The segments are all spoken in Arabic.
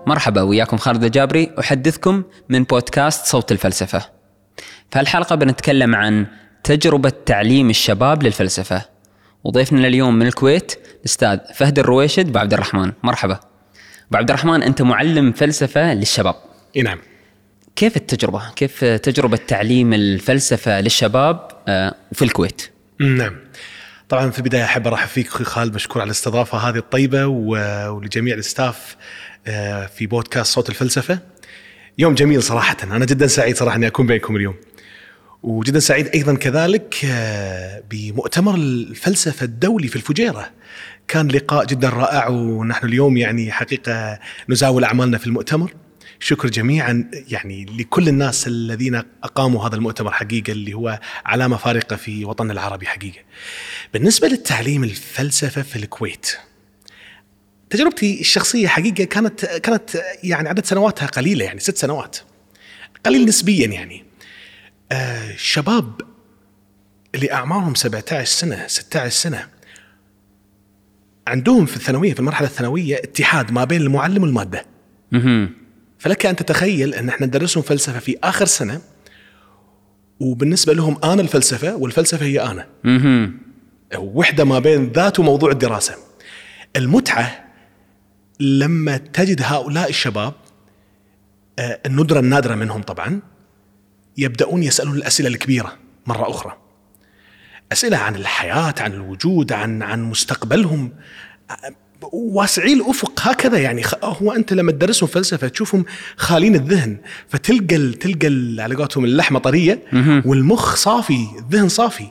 مرحبا، وياكم خالد الجابري أحدثكم من بودكاست صوت الفلسفة. في هالحلقة بنتكلم عن تجربة تعليم الشباب للفلسفة، وضيفنا اليوم من الكويت الأستاذ فهد الرويشد أبو عبد الرحمن. مرحبا أبو عبد الرحمن، أنت معلم فلسفة للشباب. نعم. كيف التجربة؟ كيف تجربة تعليم الفلسفة للشباب في الكويت؟ نعم، طبعا في البداية أحب أرحب فيك أخي خالد، مشكور على الاستضافة هذه الطيبة ولجميع الستاف في بودكاست صوت الفلسفة. يوم جميل صراحة، أنا جدا سعيد صراحة أني أكون بينكم اليوم، وجدا سعيد أيضا كذلك بمؤتمر الفلسفة الدولي في الفجيرة. كان لقاء جدا رائع، ونحن اليوم يعني حقيقة نزاول أعمالنا في المؤتمر. شكر جميعا يعني لكل الناس الذين أقاموا هذا المؤتمر حقيقة، اللي هو علامة فارقة في وطننا العربي حقيقة. بالنسبة للتعليم الفلسفة في الكويت، تجربتي الشخصية حقيقة كانت يعني عدد سنواتها قليلة، يعني 6 سنوات، قليل نسبيا. يعني الشباب اللي أعمارهم 17 سنة 16 سنة عندهم في الثانوية، في المرحلة الثانوية، اتحاد ما بين المعلم والمادة. فلك أن تتخيل أن احنا ندرسهم فلسفة في آخر سنة، وبالنسبة لهم أنا الفلسفة والفلسفة هي أنا. وحدة ما بين ذات وموضوع الدراسة. المتعة لما تجد هؤلاء الشباب، الندرة النادرة منهم طبعا، يبدأون يسألون الأسئلة الكبيرة مرة أخرى، أسئلة عن الحياة، عن الوجود، عن مستقبلهم، واسعي الأفق هكذا. يعني هو أنت لما تدرسهم فلسفة تشوفهم خالين الذهن، فتلقى على قولتهم اللحمة طرية والمخ صافي، الذهن صافي.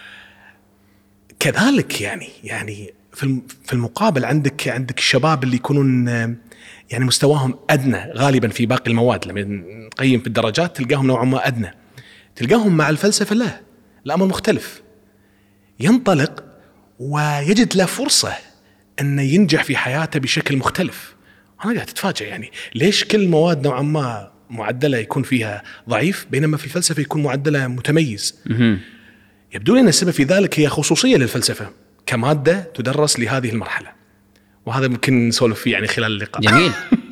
كذلك يعني في المقابل عندك الشباب اللي يكونون يعني مستواهم أدنى غالبا في باقي المواد. لما نقيم في الدرجات تلقاهم نوعا ما أدنى، تلقاهم مع الفلسفة لا، الأمر مختلف. ينطلق ويجد له فرصة أن ينجح في حياته بشكل مختلف. أنا قاعد أتفاجأ، يعني ليش كل المواد نوعا ما معدلة يكون فيها ضعيف، بينما في الفلسفة يكون معدلة متميز. يبدو لي أن السبب في ذلك هي خصوصية للفلسفة كمادة تدرس لهذه المرحلة، وهذا ممكن نسولف فيه يعني خلال اللقاء. جميل.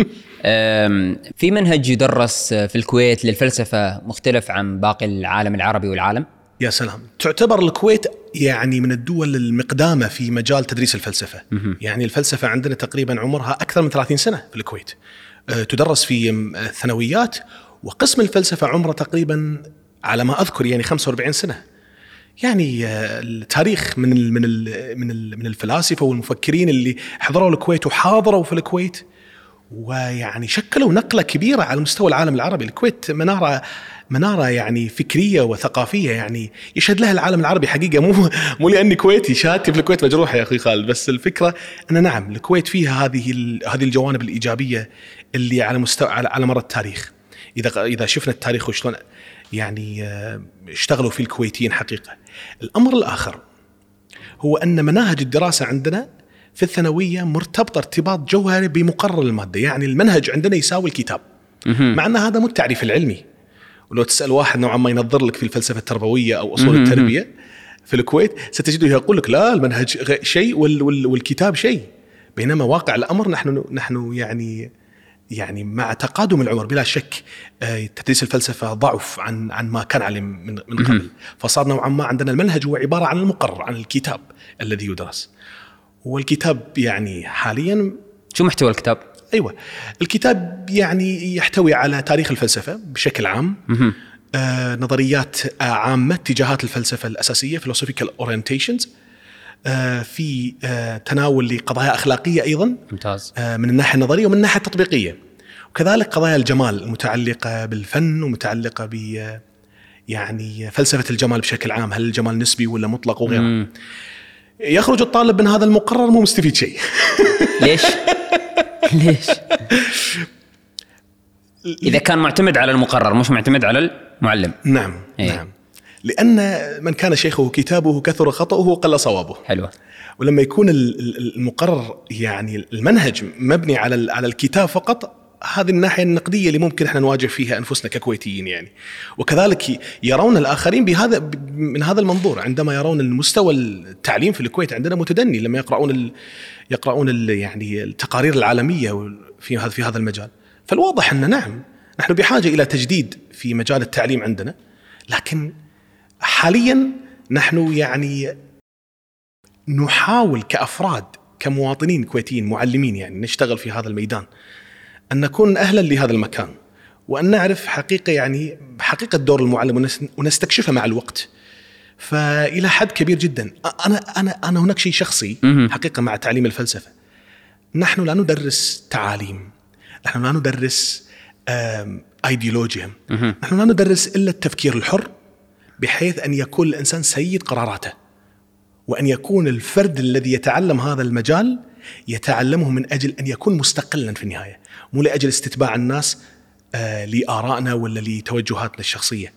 في منهج يدرس في الكويت للفلسفة مختلف عن باقي العالم العربي والعالم؟ يا سلام، تعتبر الكويت يعني من الدول المقدامة في مجال تدريس الفلسفة. يعني الفلسفة عندنا تقريبا عمرها أكثر من 30 سنة في الكويت، تدرس في الثانويات، وقسم الفلسفة عمره تقريبا على ما أذكر يعني 45 سنة. يعني التاريخ من الفلاسفة والمفكرين اللي حضروا الكويت وحاضروا في الكويت، ويعني شكلوا نقلة كبيرة على مستوى العالم العربي. الكويت منارة يعني فكرية وثقافية، يعني يشهد لها العالم العربي حقيقة. مو لأني كويتي، شهادتي في الكويت مجروحة يا أخي خالد، بس الفكرة أن نعم الكويت فيها هذه الجوانب الإيجابية اللي على مستوى على مر التاريخ. إذا شفنا التاريخ وشلون يعني اشتغلوا في الكويتيين حقيقة. الأمر الآخر هو أن مناهج الدراسة عندنا في الثانوية مرتبطة ارتباط جوهري بمقرر المادة. يعني المنهج عندنا يساوي الكتاب، مع أن هذا مو التعريف العلمي. ولو تسأل واحد نوعا ما ينظر لك في الفلسفة التربوية أو أصول التربية في الكويت، ستجده يقول لك لا، المنهج شيء والكتاب شيء. بينما واقع الأمر نحن يعني مع تقادم العمر بلا شك تدريس الفلسفة ضعف عن ما كان عليه من قبل. فصار نوعا ما عندنا المنهج هو عبارة عن المقرر، عن الكتاب الذي يدرس. والكتاب يعني حاليا شو محتوى الكتاب؟ أيوة، الكتاب يعني يحتوي على تاريخ الفلسفة بشكل عام، نظريات عامة، اتجاهات الفلسفة الأساسية philosophical orientations، في تناول لقضايا أخلاقية أيضا. ممتاز. من الناحية النظرية ومن الناحية التطبيقية، وكذلك قضايا الجمال المتعلقة بالفن ومتعلقة يعني فلسفة الجمال بشكل عام، هل الجمال نسبي ولا مطلق وغيره. يخرج الطالب من هذا المقرر مو مستفيد شيء. ليش؟ إذا كان معتمد على المقرر مش معتمد على المعلم. نعم. لأن من كان شيخه كتابه كثر خطأه وقل صوابه. حلوة. ولما يكون المقرر يعني المنهج مبني على الكتاب فقط، هذه الناحية النقدية اللي ممكن احنا نواجه فيها أنفسنا ككويتيين يعني. وكذلك يرون الآخرين من هذا المنظور، عندما يرون المستوى التعليم في الكويت عندنا متدني، لما يقرؤون يعني التقارير العالمية في هذا المجال. فالواضح أن نعم نحن بحاجة إلى تجديد في مجال التعليم عندنا، لكن حاليا نحن يعني نحاول كأفراد كمواطنين كويتيين معلمين يعني نشتغل في هذا الميدان أن نكون أهلا لهذا المكان، وأن نعرف حقيقة دور المعلم ونستكشفها مع الوقت. فإلى حد كبير جدا أنا هناك شيء شخصي حقيقة مع تعليم الفلسفة. نحن لا ندرس تعاليم، نحن لا ندرس أيديولوجيا، نحن لا ندرس إلا التفكير الحر، بحيث أن يكون الإنسان سيد قراراته، وأن يكون الفرد الذي يتعلم هذا المجال يتعلمه من أجل أن يكون مستقلا في النهاية، مو لأجل استتباع الناس لآرائنا ولا لتوجهاتنا الشخصية.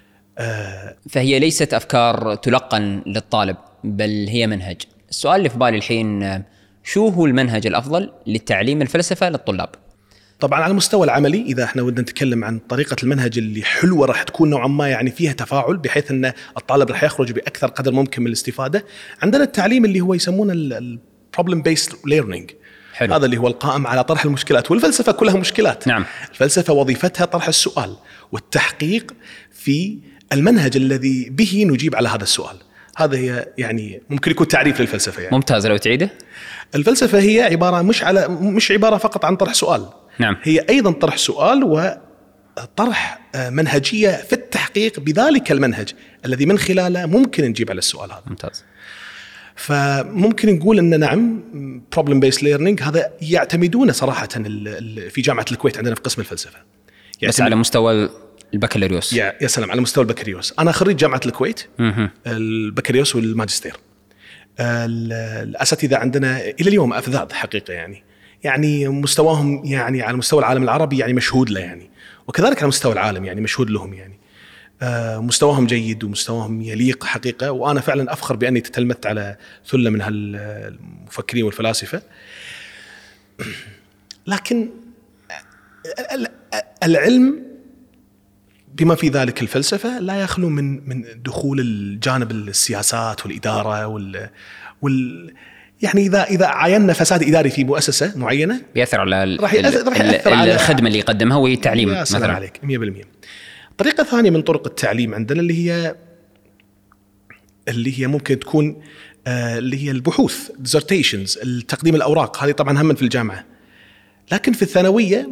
فهي ليست أفكار تلقن للطالب، بل هي منهج. السؤال اللي في بالي الحين، شو هو المنهج الأفضل للتعليم الفلسفة للطلاب؟ طبعا على المستوى العملي، إذا احنا ودنا نتكلم عن طريقة المنهج اللي حلوة راح تكون نوعا ما يعني فيها تفاعل، بحيث أن الطالب راح يخرج بأكثر قدر ممكن من الاستفادة. عندنا التعليم اللي هو يسمونه البروبلم بيست ليرنينج، هذا اللي هو القائم على طرح المشكلات، والفلسفة كلها مشكلات. نعم. الفلسفة وظيفتها طرح السؤال والتحقيق في المنهج الذي به نجيب على هذا السؤال. هذا هي يعني ممكن يكون تعريف للفلسفة يعني. ممتاز، لو تعيده. الفلسفة هي عبارة مش عبارة فقط عن طرح سؤال. نعم. هي أيضا طرح سؤال وطرح منهجية في التحقيق بذلك المنهج الذي من خلاله ممكن نجيب على السؤال هذا. ممتاز. فممكن نقول أن نعم problem based learning هذا يعتمدون صراحة في جامعة الكويت عندنا في قسم الفلسفة. بس على مستوى البكالوريوس. يا سلام، على مستوى البكالوريوس. أنا خريج جامعة الكويت، البكالوريوس والماجستير. الأساتذة عندنا إلى اليوم أفذاذ حقيقة يعني مستواهم يعني على مستوى العالم العربي يعني مشهود له يعني، وكذلك على مستوى العالم يعني مشهود لهم يعني. مستواهم جيد ومستواهم يليق حقيقة، وأنا فعلا أفخر بأني تتلمذت على ثلة من هالمفكرين والفلاسفة. لكن العلم بما في ذلك الفلسفة لا يخلو من دخول الجانب السياسات والإدارة يعني إذا عيننا فساد إداري في مؤسسة معينة بيأثر على راح يأثر على الخدمة اللي يقدمها والتعليم مثلا. عليك 100%. طريقة ثانية من طرق التعليم عندنا اللي هي ممكن تكون اللي هي البحوث dissertations، التقديم الأوراق. هذه طبعا هم في الجامعة، لكن في الثانوية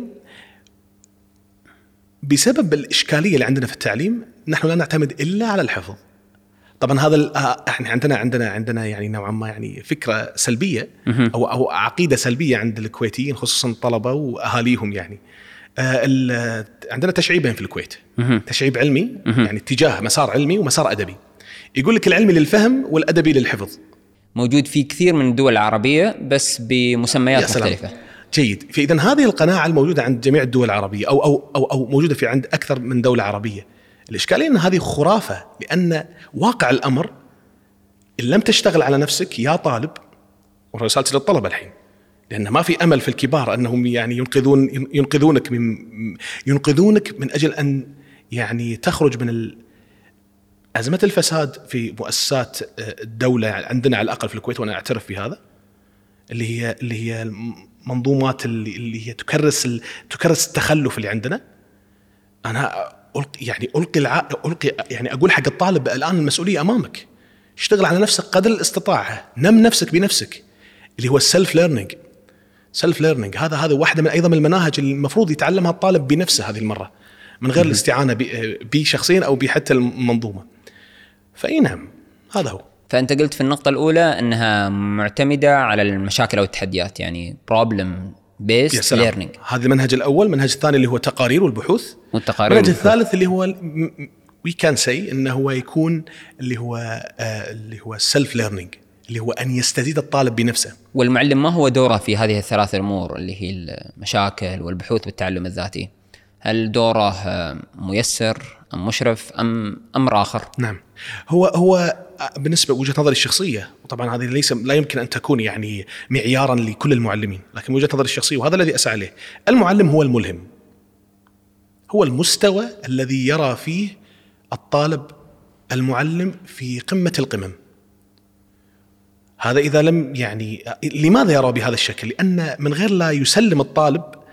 بسبب الإشكالية اللي عندنا في التعليم نحن لا نعتمد إلا على الحفظ. طبعا هذا احنا عندنا يعني نوعا ما يعني فكرة سلبية أو عقيدة سلبية عند الكويتيين، خصوصا الطلبة وأهاليهم يعني. عندنا تشعيبين في الكويت، تشعيب علمي يعني اتجاه مسار علمي ومسار أدبي. يقول لك العلمي للفهم والأدبي للحفظ. موجود في كثير من الدول العربية بس بمسميات مختلفة. جيد. فإذن هذه القناعة الموجودة عند جميع الدول العربية أو موجودة في عند أكثر من دولة عربية. الإشكالية أن هذه خرافة، لأن واقع الأمر إن لم تشتغل على نفسك يا طالب، ورسالتي للطلبة الحين، لأن ما في أمل في الكبار أنهم يعني ينقذونك من أجل أن يعني تخرج من أزمة الفساد في مؤسسات الدولة عندنا على الأقل في الكويت، وأنا أعترف بهذا، اللي هي المنظومات اللي هي تكرس التخلف اللي عندنا. أنا ألقي يعني أقول حق الطالب الآن المسؤولية أمامك، اشتغل على نفسك قدر الاستطاعة، نم نفسك بنفسك، اللي هو السلف ليرنينج. هذا واحدة من أيضا من المناهج المفروض يتعلمها الطالب بنفسه هذه المرة، من غير الاستعانة بشخصين أو بحتى المنظومة. نعم هذا هو. فأنت قلت في النقطة الأولى أنها معتمدة على المشاكل أو التحديات، يعني problem based learning. هذا المنهج الأول. المنهج الثاني اللي هو تقارير والبحوث. المنهج الثالث اللي هو we can say إنه هو يكون اللي هو self learning، اللي هو أن يستزيد الطالب بنفسه. والمعلم ما هو دوره في هذه الثلاث الأمور اللي هي المشاكل والبحوث بالتعلم الذاتي؟ هل دوره ميسر أم مشرف أم أمر آخر؟ نعم، هو بالنسبة وجهة نظري الشخصية، وطبعا هذه لا يمكن أن تكون يعني معيارا لكل المعلمين، لكن وجهة نظري الشخصية وهذا الذي أسعى له، المعلم هو الملهم، هو المستوى الذي يرى فيه الطالب المعلم في قمة القمم. هذا إذا لم يعني لماذا يرى بهذا الشكل؟ لأن من غير لا يسلم الطالب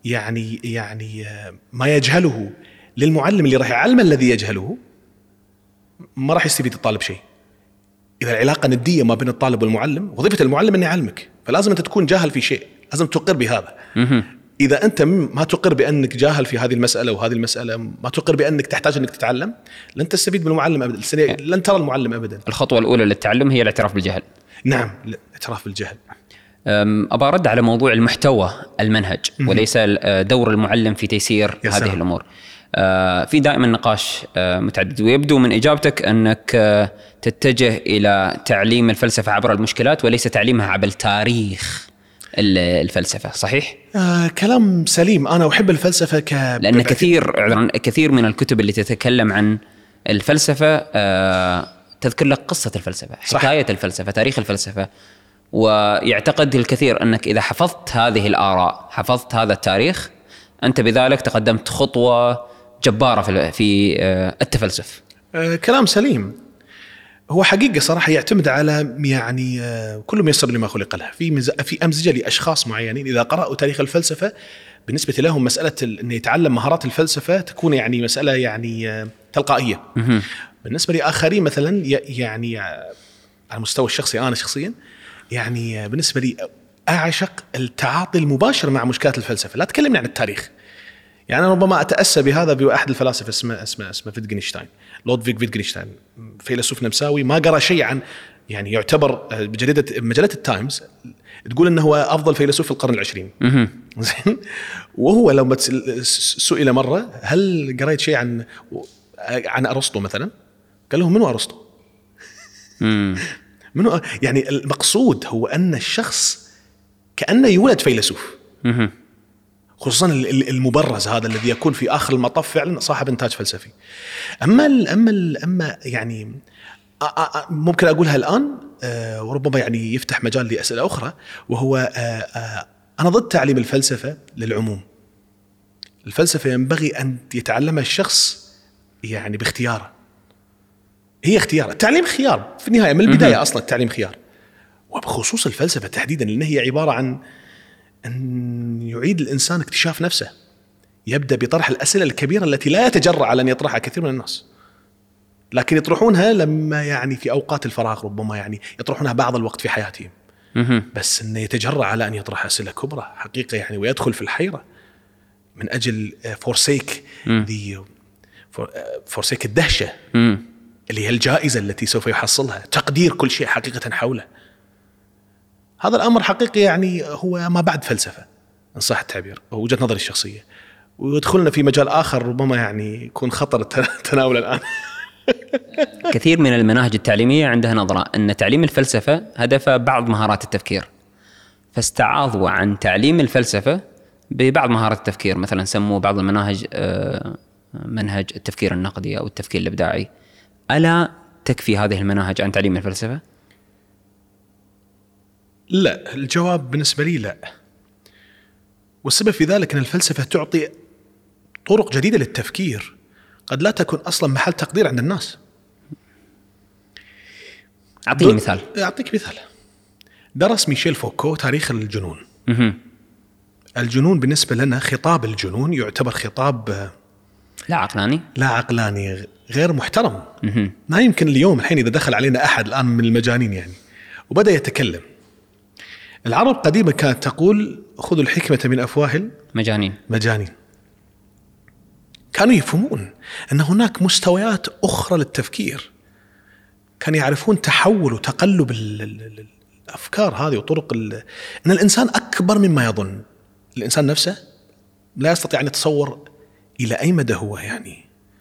يعني ما يجهله للمعلم اللي راح يعلم الذي يجهله، ما راح يستفيد الطالب شيء. إذا العلاقة ندية ما بين الطالب والمعلم، وظيفة المعلم أن يعلمك، فلازم أنت تكون جاهل في شيء، لازم تقر بهذا. إذا أنت ما تقر بأنك جاهل في هذه المسألة وهذه المسألة، ما تقر بأنك تحتاج أنك تتعلم، لن تستفيد بالمعلم أبدا، لن ترى المعلم أبدا. الخطوة الأولى للتعلم هي الاعتراف بالجهل. نعم، الاعتراف بالجهل. أبى أرد على موضوع المحتوى المنهج وليس دور المعلم في تيسير هذه الأمور. في دائما نقاش متعدد، ويبدو من إجابتك أنك تتجه إلى تعليم الفلسفة عبر المشكلات وليس تعليمها عبر تاريخ الفلسفة، صحيح؟ كلام سليم. أنا أحب الفلسفة لأن كثير من الكتب اللي تتكلم عن الفلسفة تذكر لك قصة الفلسفة، حكاية الفلسفة، تاريخ الفلسفة، ويعتقد الكثير أنك إذا حفظت هذه الآراء، حفظت هذا التاريخ، أنت بذلك تقدمت خطوة جبارة في التفلسف. كلام سليم. هو حقيقة صراحة يعتمد على يعني كل ميسر لما خلق له. في أمزجة لأشخاص معينين إذا قرأوا تاريخ الفلسفة بالنسبة لهم مسألة أن يتعلم مهارات الفلسفة تكون يعني مسألة يعني تلقائية. بالنسبة لآخرين مثلا يعني على المستوى الشخصي، أنا شخصيا يعني بالنسبة لي أعشق التعاطي المباشر مع مشكلات الفلسفة. لا تكلمني عن التاريخ. يعني أنا ربما أتأسى بهذا بأحد الفلاسفة اسمه فيتجنشتاين، لودفيغ فيتجنشتاين، فيلسوف نمساوي ما قرأ شيء عن، يعني يعتبر مجلة التايمز تقول أنه هو أفضل فيلسوف في القرن العشرين. زين. وهو لو سئل مرة هل قرأت شيء عن أرسطو مثلا، قال له منو أرسطو؟ منو؟ يعني المقصود هو أن الشخص كأنه يولد فيلسوف، خصوصا المبرز هذا الذي يكون في آخر المطاف فعلا صاحب إنتاج فلسفي. أما يعني ممكن أقولها الآن وربما يعني يفتح مجال لأسئلة أخرى، وهو أنا ضد تعليم الفلسفة للعموم. الفلسفة ينبغي أن يتعلمها الشخص يعني باختياره، هي اختيار. التعليم خيار في النهاية من البداية، أصلا التعليم خيار، وبخصوص الفلسفة تحديدا لأن هي عبارة عن أن يعيد الإنسان اكتشاف نفسه، يبدأ بطرح الأسئلة الكبيرة التي لا يتجرأ على أن يطرحها كثير من الناس، لكن يطرحونها لما يعني في أوقات الفراغ، ربما يعني يطرحونها بعض الوقت في حياتهم، بس أنه يتجرأ على أن يطرح أسئلة كبرى حقيقة يعني، ويدخل في الحيرة من أجل فورسيك الدهشة اللي هي الجائزة التي سوف يحصلها، تقدير كل شيء حقيقة حوله. هذا الأمر حقيقي يعني هو ما بعد فلسفة إن صح التعبير، وجهة نظري الشخصية، ويدخلنا في مجال آخر ربما يعني يكون خطر التناول الآن. كثير من المناهج التعليمية عندها نظرة أن تعليم الفلسفة هدفه بعض مهارات التفكير، فاستعاضوا عن تعليم الفلسفة ببعض مهارات التفكير. مثلا سموا بعض المناهج منهج التفكير النقدي أو التفكير الإبداعي. ألا تكفي هذه المناهج عن تعليم الفلسفة؟ لا، الجواب بالنسبة لي لا. والسبب في ذلك أن الفلسفة تعطي طرق جديدة للتفكير قد لا تكون أصلا محل تقدير عند الناس. أعطيني مثال. أعطيك مثال. درس ميشيل فوكو تاريخ الجنون. الجنون بالنسبة لنا، خطاب الجنون يعتبر خطاب لا عقلاني غير محترم. ما يمكن اليوم الحين إذا دخل علينا أحد الآن من المجانين يعني وبدأ يتكلم. العرب قديما كانت تقول خذوا الحكمة من أفواه المجانين. كانوا يفهمون أن هناك مستويات أخرى للتفكير، كانوا يعرفون تحول وتقلب الأفكار هذه وطرق أن الإنسان أكبر مما يظن. الإنسان نفسه لا يستطيع أن يتصور إلى أي مدى هو يعني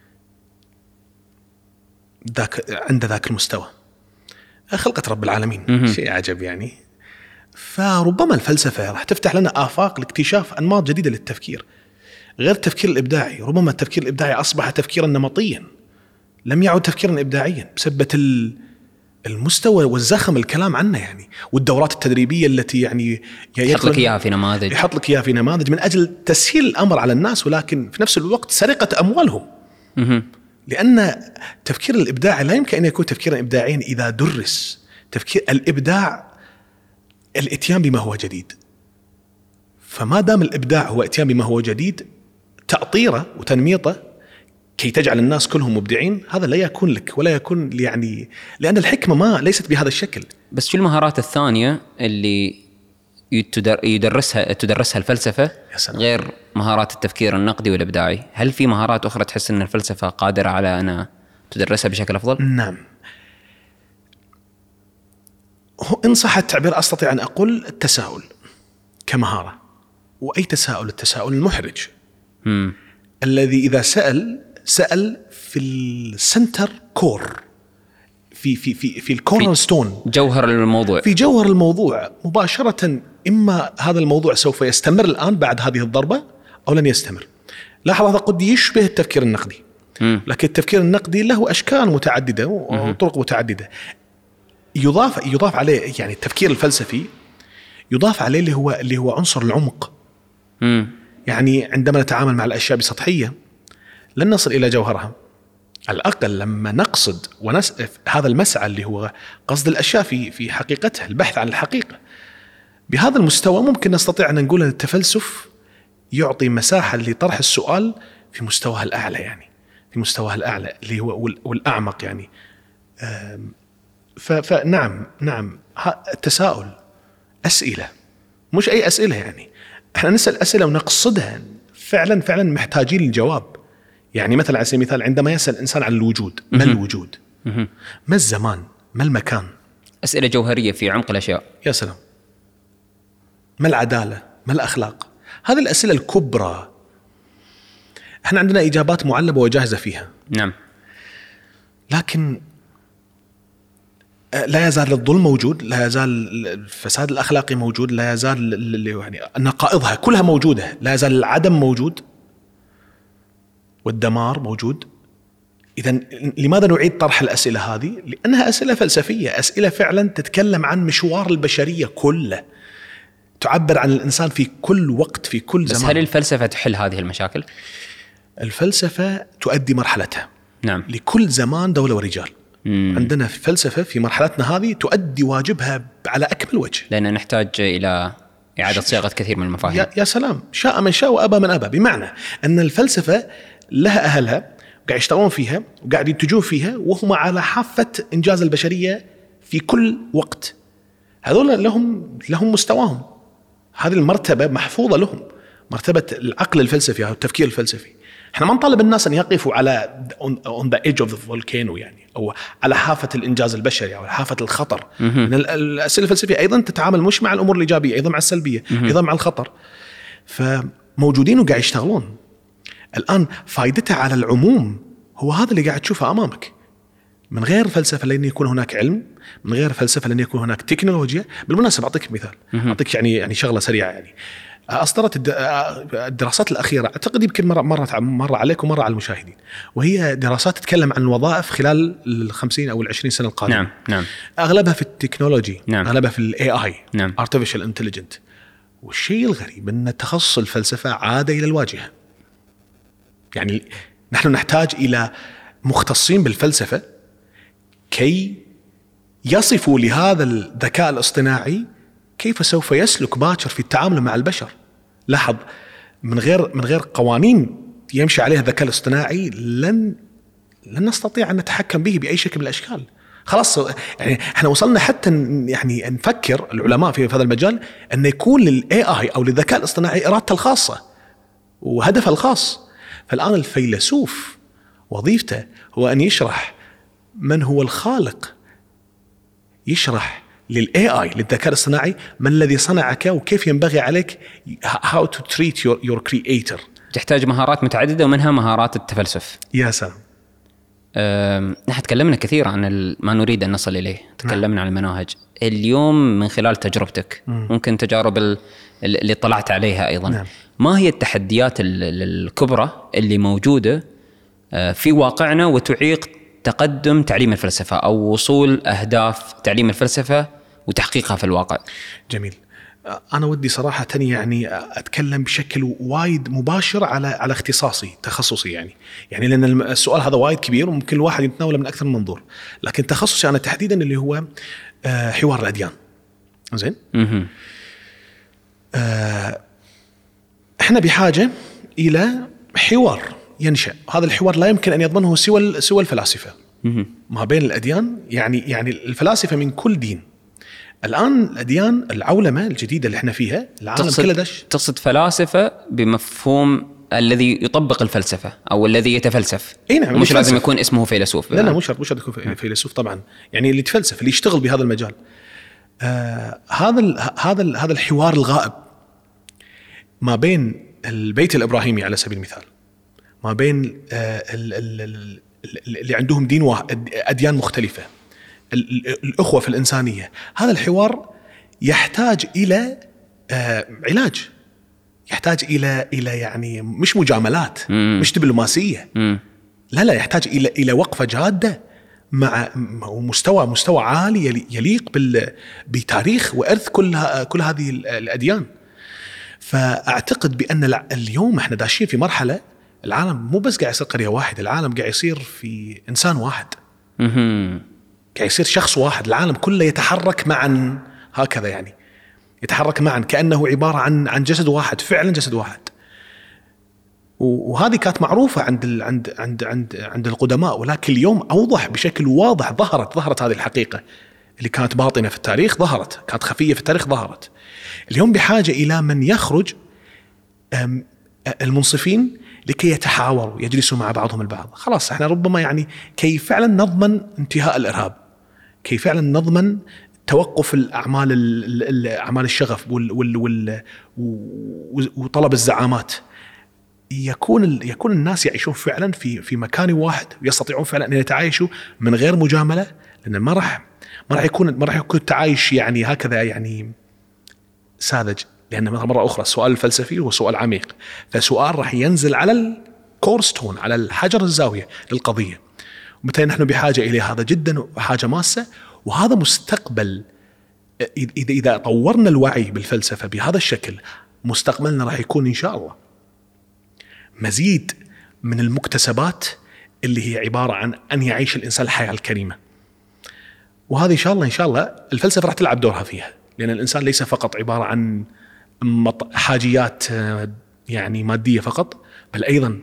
عند ذاك المستوى. خلقة رب العالمين شيء عجب يعني. فربما الفلسفة راح تفتح لنا آفاق لاكتشاف أنماط جديدة للتفكير غير التفكير الإبداعي. ربما التفكير الإبداعي أصبح تفكيرا نمطيا، لم يعد تفكيرا إبداعيا بسبب المستوى والزخم الكلام عنه يعني، والدورات التدريبية التي يعني يحط لك إياها في نماذج من أجل تسهيل الأمر على الناس، ولكن في نفس الوقت سرقة أموالهم. لأن التفكير الإبداعي لا يمكن أن يكون تفكيرا إبداعيا إذا درس. تفكير الإبداع الإتيان بما هو جديد. فما دام الإبداع هو اتيان بما هو جديد، تعطيره وتنميطه كي تجعل الناس كلهم مبدعين، هذا لا يكون لك ولا يكون يعني، لأن الحكمة ما ليست بهذا الشكل. بس شو المهارات الثانية اللي تدرسها الفلسفة غير مهارات التفكير النقدي والإبداعي؟ هل في مهارات أخرى تحس أن الفلسفة قادرة على أن تدرسها بشكل أفضل؟ نعم، إن صح التعبير أستطيع أن أقول التساؤل كمهارة. وأي تساؤل؟ التساؤل المحرج الذي إذا سأل في السنتر كور، في الكورنر ستون، جوهر الموضوع، في جوهر الموضوع مباشرة. إما هذا الموضوع سوف يستمر الآن بعد هذه الضربة أو لن يستمر. لاحظ هذا قد يشبه التفكير النقدي، لكن التفكير النقدي له أشكال متعددة وطرق متعددة. يضاف عليه يعني التفكير الفلسفي، يضاف عليه اللي هو عنصر العمق. يعني عندما نتعامل مع الأشياء بسطحية لن نصل إلى جوهرها. على الأقل لما نقصد هذا المسعى اللي هو قصد الأشياء في حقيقتها، البحث عن الحقيقة بهذا المستوى، ممكن نستطيع أن نقول أن التفلسف يعطي مساحة لطرح السؤال في مستواه الأعلى، يعني في مستواه الأعلى اللي هو والأعمق يعني. فنعم التساؤل، أسئلة، مش أي أسئلة، يعني احنا نسأل أسئلة ونقصدها فعلا محتاجين الجواب. يعني مثلا على سبيل المثال عندما يسأل الإنسان عن الوجود، ما الوجود؟ ما الزمان؟ ما المكان؟ أسئلة جوهرية في عمق الأشياء. يا سلام. ما العدالة؟ ما الأخلاق؟ هذه الأسئلة الكبرى احنا عندنا إجابات معلبة وجاهزة فيها. نعم. لكن لا يزال الظلم موجود، لا يزال الفساد الأخلاقي موجود، لا يزال يعني نقائضها كلها موجودة، لا يزال العدم موجود والدمار موجود. إذن لماذا نعيد طرح الأسئلة هذه؟ لأنها أسئلة فلسفية، أسئلة فعلا تتكلم عن مشوار البشرية كله، تعبر عن الإنسان في كل وقت في كل زمان. بس هل الفلسفة تحل هذه المشاكل؟ الفلسفة تؤدي مرحلتها. نعم. لكل زمان دولة ورجال. عندنا في الفلسفة في مرحلتنا هذه تؤدي واجبها على أكمل وجه، لأن نحتاج إلى إعادة صياغة كثير من المفاهيم. يا سلام، شاء من شاء وأبى من أبى. بمعنى أن الفلسفة لها أهلها قاعد يشتغلون فيها وقاعد ينتجون فيها، وهم على حافة إنجاز البشرية في كل وقت. هذول لهم مستواهم، هذه المرتبة محفوظة لهم، مرتبة العقل الفلسفي أو التفكير الفلسفي. احنا ما نطالب الناس أن يقفوا على on the edge of the volcano، يعني أو على حافة الإنجاز البشري أو على حافة الخطر. الأسئلة الفلسفية أيضا تتعامل مش مع الأمور الإيجابية، أيضا مع السلبية، أيضا مع الخطر. فموجودين وقاعد يشتغلون الآن. فائدتها على العموم هو هذا اللي قاعد تشوفه أمامك. من غير فلسفة لن يكون هناك علم، من غير فلسفة لن يكون هناك تكنولوجيا. بالمناسبة أعطيك مثال، أعطيك يعني شغلة سريعة. يعني أصدرت الدراسات الأخيرة، أعتقد يمكن مرة عليكم ومرة على المشاهدين، وهي دراسات تتكلم عن الوظائف خلال 50 أو 20 سنة القادمة. نعم. أغلبها في التكنولوجي، نعم. أغلبها في AI، نعم. Artificial Intelligence. والشيء الغريب أن تخصص الفلسفة عاد إلى الواجهة. يعني نحن نحتاج إلى مختصين بالفلسفة كي يصفوا لهذا الذكاء الاصطناعي كيف سوف يسلك باكر في التعامل مع البشر. لاحظ، من غير قوانين يمشي عليها الذكاء الاصطناعي لن نستطيع أن نتحكم به بأي شكل من الأشكال. خلاص، يعني احنا وصلنا حتى يعني نفكر العلماء في هذا المجال أن يكون للAI أو للذكاء الاصطناعي إرادته الخاصة وهدفه الخاص. فالآن الفيلسوف وظيفته هو أن يشرح من هو الخالق، يشرح للAI للذكاء الاصطناعي من الذي صنعك وكيف ينبغي عليك how to treat your creator. تحتاج مهارات متعددة ومنها مهارات التفلسف. يا سلام. نحن تكلمنا كثير عن ما نريد أن نصل إليه، تكلمنا عن المناهج. اليوم من خلال تجربتك ممكن تجارب اللي طلعت عليها أيضا، ما هي التحديات الكبرى اللي موجودة في واقعنا وتعيق تقدم تعليم الفلسفة أو وصول أهداف تعليم الفلسفة وتحقيقها في الواقع؟ جميل. أنا ودي صراحة يعني أتكلم بشكل وايد مباشر على اختصاصي تخصصي، يعني لأن السؤال هذا وايد كبير وممكن الواحد يتناوله من أكثر من منظور، لكن تخصصي أنا تحديدا اللي هو حوار الأديان. زين. احنا بحاجة إلى حوار ينشأ. هذا الحوار لا يمكن أن يضمنه سوى الفلاسفة ما بين الأديان. يعني الفلاسفة من كل دين. الآن الأديان العولمة الجديدة اللي احنا فيها العالم كله دش. تقصد فلاسفة بمفهوم الذي يطبق الفلسفة أو الذي يتفلسف؟ نعم، مش لازم يكون اسمه فيلسوف. لا مش شرط يكون فيلسوف طبعا. يعني اللي يتفلسف، اللي يشتغل بهذا المجال. هذا الحوار الغائب ما بين البيت الإبراهيمي على سبيل المثال، ما بين اللي عندهم دين واحد، أديان مختلفة، الأخوة في الإنسانية. هذا الحوار يحتاج إلى علاج، يحتاج إلى يعني مش مجاملات، مش دبلوماسية. لا يحتاج إلى وقفة جادة مع مستوى عالي يليق بتاريخ وإرث كل هذه الأديان. فأعتقد بأن اليوم احنا داشين في مرحلة العالم مو بس قاعد يصير قرية واحدة، العالم قاعد يصير في إنسان واحد، قاعد يصير شخص واحد. العالم كله يتحرك معا هكذا، يعني يتحرك معا كأنه عبارة عن جسد واحد، فعلا جسد واحد. وهذه كانت معروفة عند القدماء، ولكن اليوم أوضح بشكل واضح. ظهرت هذه الحقيقة اللي كانت باطنة في التاريخ، كانت خفية في التاريخ، ظهرت. اليوم بحاجة إلى من يخرج المنصفين لكي يتحاوروا، يجلسوا مع بعضهم البعض. خلاص احنا ربما يعني كي فعلا نضمن انتهاء الإرهاب، كي فعلا نضمن توقف أعمال الشغف وطلب الزعامات، يكون الناس يعيشون فعلا في مكان واحد، ويستطيعون فعلا أن يتعايشوا من غير مجاملة. لأن ما راح يكون التعايش يعني هكذا يعني ساذج. لأن مرة أخرى السؤال الفلسفي هو سؤال عميق، فسؤال راح ينزل على الكورستون، على الحجر الزاوية للقضية. ومثلا نحن بحاجة إلى هذا جدا، حاجة ماسة. وهذا مستقبل، إذا طورنا الوعي بالفلسفة بهذا الشكل، مستقبلنا راح يكون إن شاء الله مزيد من المكتسبات اللي هي عبارة عن أن يعيش الإنسان الحياة الكريمة. وهذه إن شاء الله الفلسفة راح تلعب دورها فيها، لأن الإنسان ليس فقط عبارة عن حاجيات يعني مادية فقط، بل أيضا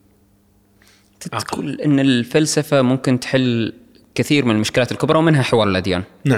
تقول أن الفلسفة ممكن تحل كثير من المشكلات الكبرى ومنها حوار الأديان. نعم.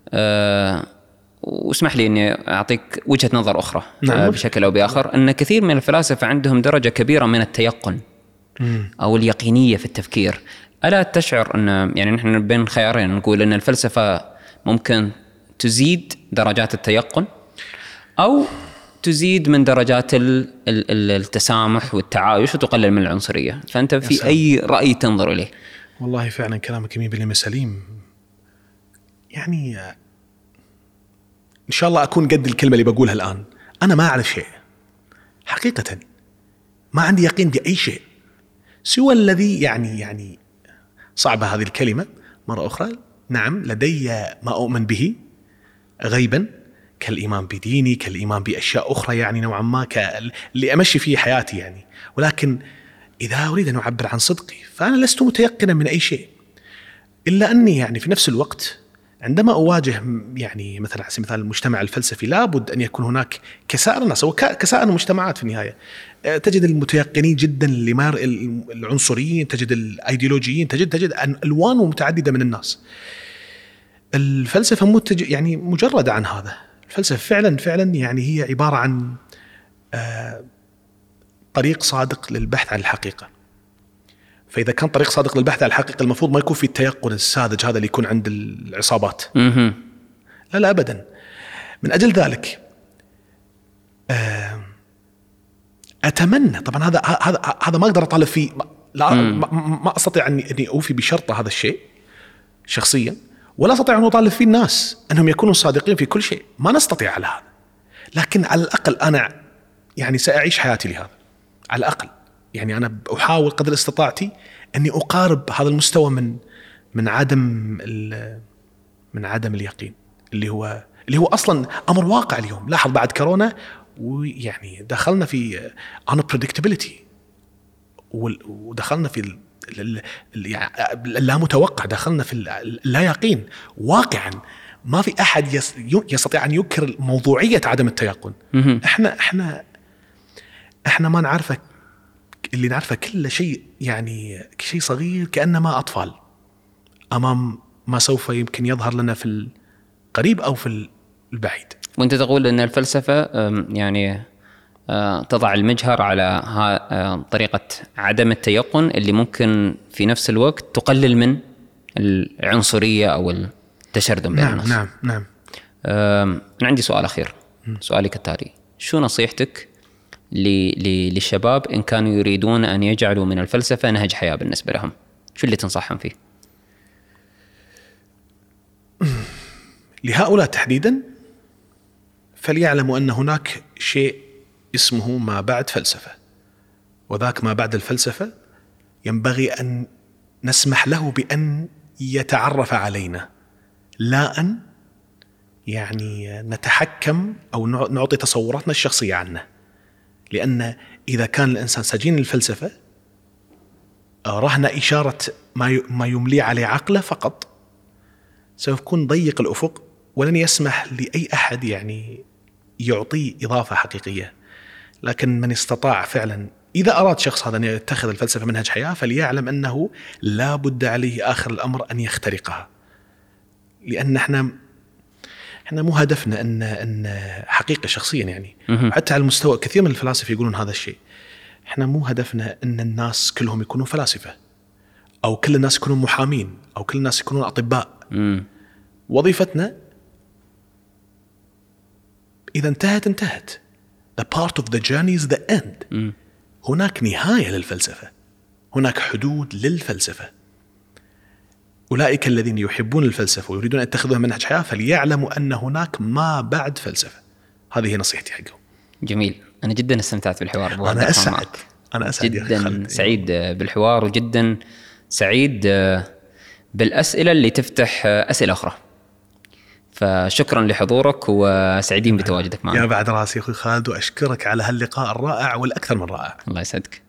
واسمح لي أني أعطيك وجهة نظر أخرى. نعم. بشكل أو بآخر، أن كثير من الفلاسفة عندهم درجة كبيرة من التيقن أو اليقينية في التفكير. ألا تشعر أن يعني نحن بين خيارين، نقول أن الفلسفة ممكن تزيد درجات التيقن أو تزيد من درجات التسامح والتعايش وتقلل من العنصرية؟ فأنت في أي رأي تنظر إليه؟ والله فعلا كلامك 100% سليم. يعني إن شاء الله أكون قد الكلمة اللي بقولها الآن. أنا ما أعرف شيء حقيقة، ما عندي يقين بأي شيء سوى الذي يعني صعبة هذه الكلمة مرة أخرى. نعم، لدي ما أؤمن به غيبا، كالإيمان بديني، كالإيمان بأشياء أخرى يعني نوعا ما اللي أمشي فيه حياتي يعني. ولكن إذا أريد أن أعبر عن صدقي فأنا لست متيقنا من أي شيء، إلا أني يعني في نفس الوقت عندما أواجه يعني مثلا على سبيل المثال المجتمع الفلسفي، لابد أن يكون هناك كسائر الناس وكسائر المجتمعات في النهاية. تجد المتيقنين جدا، العنصريين، تجد الأيديولوجيين، تجد ألوان متعددة من الناس. الفلسفة يعني مجرد عن هذا. الفلسفة فعلا يعني هي عبارة عن طريق صادق للبحث عن الحقيقة. فإذا كان طريق صادق للبحث عن الحقيقة، المفروض ما يكون في التيقن الساذج هذا اللي يكون عند العصابات. لا أبدا. من أجل ذلك أتمنى، طبعا هذا ما أقدر أطالب فيه، ما أستطيع أني أوفي بشرطة هذا الشيء شخصيا، ولا أستطيع أن أطالب فيه الناس أنهم يكونوا صادقين في كل شيء. ما نستطيع على هذا، لكن على الأقل أنا يعني سأعيش حياتي لهذا. على الأقل يعني أنا أحاول قدر استطاعتي أني أقارب هذا المستوى من عدم اليقين اللي هو أصلا أمر واقع اليوم. لاحظ بعد كورونا ويعني دخلنا في unpredictability، ودخلنا في لا متوقع، دخلنا في اللا يقين واقعا. ما في أحد يستطيع أن ينكر موضوعية عدم التيقن. احنا احنا ما نعرفه، اللي نعرفه كل شيء يعني شيء صغير كأنما أطفال أمام ما سوف يمكن يظهر لنا في القريب أو في البعيد. وانت تقول ان الفلسفة يعني تضع المجهر على طريقة عدم التيقن اللي ممكن في نفس الوقت تقلل من العنصرية أو التشرذم بين الناس. نعم. أنا عندي سؤال أخير. سؤالي كالتالي: شو نصيحتك للشباب إن كانوا يريدون أن يجعلوا من الفلسفة نهج حياة بالنسبة لهم؟ شو اللي تنصحهم فيه؟ لهؤلاء تحديدا فليعلموا أن هناك شيء اسمه ما بعد فلسفة، وذاك ما بعد الفلسفة ينبغي أن نسمح له بأن يتعرف علينا، لا أن يعني نتحكم أو نعطي تصوراتنا الشخصية عنه. لأن إذا كان الإنسان سجين الفلسفة رهن إشارة ما يملي عليه عقله فقط، سوف يكون ضيق الأفق ولن يسمح لأي أحد يعني يعطي إضافة حقيقية. لكن من استطاع فعلا، إذا أراد شخص هذا أن يتخذ الفلسفة منهج حياة، فليعلم أنه لا بد عليه آخر الأمر أن يخترقها. لأن احنا مو هدفنا أن حقيقة شخصيا يعني حتى على المستوى كثير من الفلاسفة يقولون هذا الشيء. احنا مو هدفنا أن الناس كلهم يكونوا فلاسفة، أو كل الناس يكونوا محامين، أو كل الناس يكونون أطباء. وظيفتنا إذا انتهت. The part of the journey is the end. هناك نهاية للفلسفة، هناك حدود للفلسفة. أولئك الذين يحبون الفلسفة ويريدون أن يتخذوها منهج حياة فليعلموا أن هناك ما بعد فلسفة. هذه هي نصيحتي حقهم. جميل. أنا جدا استمتعت بالحوار. أنا أسعد جدا سعيد بالحوار، وجدا سعيد بالأسئلة اللي تفتح أسئلة أخرى. فشكرا لحضورك وسعيدين بتواجدك معنا. يا بعد راسي أخوي خالد، وأشكرك على هاللقاء الرائع والأكثر من رائع. الله يسعدك.